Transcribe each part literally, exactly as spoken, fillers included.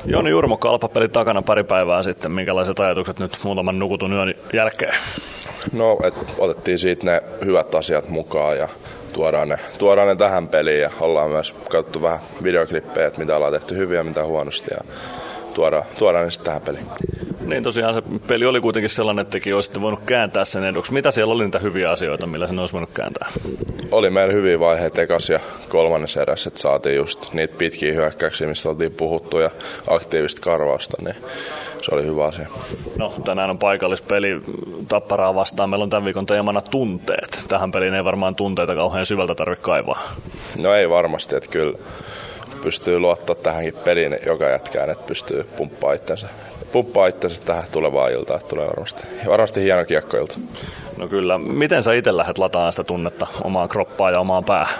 Joni Jurmo, Kalpa-peli takana pari päivää sitten. Minkälaiset ajatukset nyt muutaman nukutun yön jälkeen? No, et otettiin siitä ne hyvät asiat mukaan ja tuodaan ne, tuodaan ne tähän peliin ja ollaan myös katsottu vähän videoklippejä, että mitä ollaan tehty hyvin ja mitä huonosti ja tuodaan, tuodaan ne sitten tähän peliin. Niin tosiaan se peli oli kuitenkin sellainen, että tekin olisitte voinut kääntää sen eduksi. Mitä siellä oli niitä hyviä asioita, millä sen olisi voinut kääntää? Oli meillä hyviä vaiheita ekas ja kolmannes erässä, että saatiin just niitä pitkiä hyökkäyksiä, mistä oltiin puhuttu ja aktiivista karvausta, niin se oli hyvä asia. No, tänään on paikallispeli Tapparaa vastaan. Meillä on tämän viikon teemana tunteet. Tähän peliin ei varmaan tunteita kauhean syvältä tarvitse kaivaa. No ei varmasti, että kyllä pystyy luottaa tähänkin peliin joka jätkään, että pystyy pumppaa itsensä. Pumppaa itsensä tähän tulevaan iltaan, että tulee varmasti, varmasti hieno kiekkoilta. No kyllä. Miten sä itse lähdet lataamaan sitä tunnetta omaan kroppaan ja omaan päähän?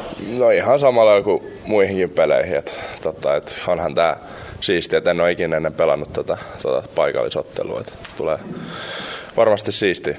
No ihan samalla kuin muihinkin peleihin. Että, tota, että onhan tää siistiä, että en ole ikinä ennen pelannut tätä, tätä paikallisottelua. Että tulee varmasti siistiä.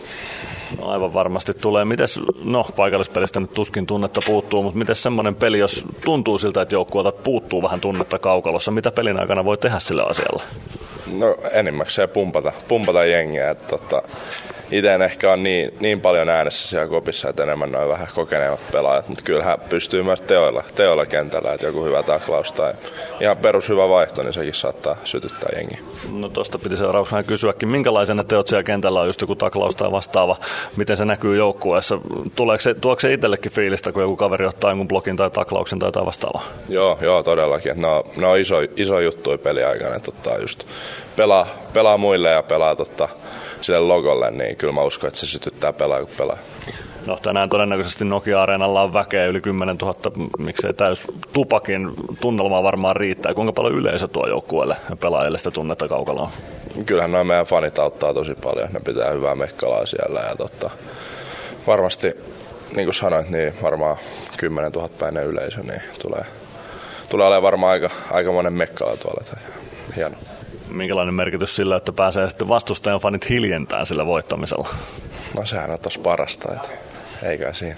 No aivan varmasti tulee. Mites, no paikallispelistä nyt tuskin tunnetta puuttuu, mutta miten semmoinen peli, jos tuntuu siltä, että joukkueelta puuttuu vähän tunnetta kaukalossa, mitä pelin aikana voi tehdä sille asialle? No enimmäkseen pumpata, pumpata jengiä. Että, tota, itse en ehkä ole niin, niin paljon äänessä siellä kopissa, että enemmän noin vähän kokeneemmat pelaajat, mutta kyllähän pystyy myös teoilla, teoilla kentällä, että joku hyvä taklaus tai ihan perus hyvä vaihto, niin sekin saattaa sytyttää jengiä. No tuosta piti seuraavaksi kysyäkin, minkälaisena teot siellä kentällä on just joku taklaus tai vastaava, miten se näkyy joukkueessa, tuleeko se, tuoko se itsellekin fiilistä, kun joku kaveri ottaa jonkun blokin tai taklauksen tai jotain vastaavaa? Joo, joo todellakin, ne on, ne on iso, iso juttuja peliaikana, että ottaa just pelaa, pelaa muille ja pelaa totta, sille logolle, niin kyllä mä uskon, että se sytyttää pelaa, kun pelaa. No tänään todennäköisesti Nokia-areenalla on väkeä yli kymmenen tuhatta, miksei täys tupakin tunnelmaa varmaan riittää. Kuinka paljon yleisö tuo joukkueelle ja pelaajille sitä tunnetta kaukaloon? Kyllähän nämä meidän fanit auttaa tosi paljon, ne pitää hyvää mekkalaa siellä ja totta, varmasti, niin kuin sanoit, niin varmaan kymmenen tuhatta päinen yleisö, niin tulee, tulee olemaan varmaan aika, aika monen mekkala tuolla. Hieno. Minkälainen merkitys sillä, että pääsee sitten vastustajan fanit hiljentään sillä voittamisella? No sehän on tossa parasta, että eikä siinä.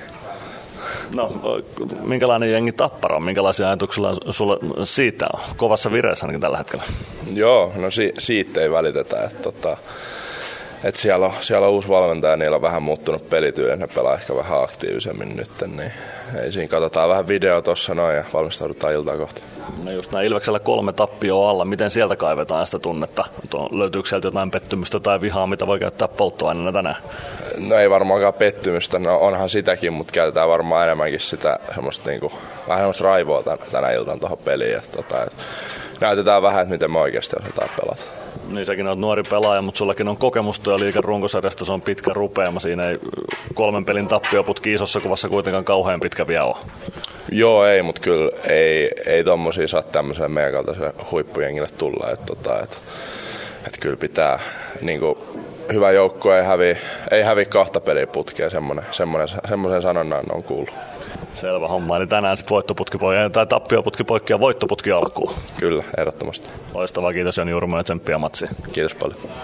No, minkälainen jengi Tappara on? Minkälaisia ajatuksia sulle siitä on? Kovassa vireessä ainakin tällä hetkellä. Joo, no si- siitä ei välitetä. Että tota, et siellä, on, siellä on uusi valmentaja, niillä on vähän muuttunut pelityyli, ne pelaa ehkä vähän aktiivisemmin nyt, niin ei siinä katsotaan vähän videoa tuossa noin ja valmistaudutaan iltaa kohta. No just näin Ilveksellä kolme tappioa alla, miten sieltä kaivetaan sitä tunnetta? Löytyykö sieltä jotain pettymystä tai vihaa, mitä voi käyttää polttoaineena tänään? No ei varmaankaan pettymystä, no onhan sitäkin, mutta käytetään varmaan enemmänkin sitä semmoista niinku, vähän semmoista raivoa tän, tänä iltaan tuohon peliin. Et, tota, et, näytetään vähän, että miten me oikeasti osataan pelata. Niin säkin olet nuori pelaaja, mutta sullakin on kokemusta jo liigan runkosarjasta, se on pitkä rupeama. Siinä ei kolmen pelin tappioputki isossa kuvassa kuitenkaan kauhean pitkä vielä ole. Joo, ei, mutta kyllä ei, ei tommosia saa tämmöiselle meidän kaltaiselle huippujengille tulla. Et, tota, et, et kyllä pitää, niinku, hyvä joukko ei hävi, ei hävi kahta peliä putkea, semmoinen, semmoinen, semmoisen sanonnan on kuullut. Selvä homma, eli tänään sitten voittoputki tai tappioputki poikki ja voittoputki alkuun. Kyllä, ehdottomasti. Loistavaa, kiitos Joni Jurmo ja tsemppiä matsiin. Kiitos paljon.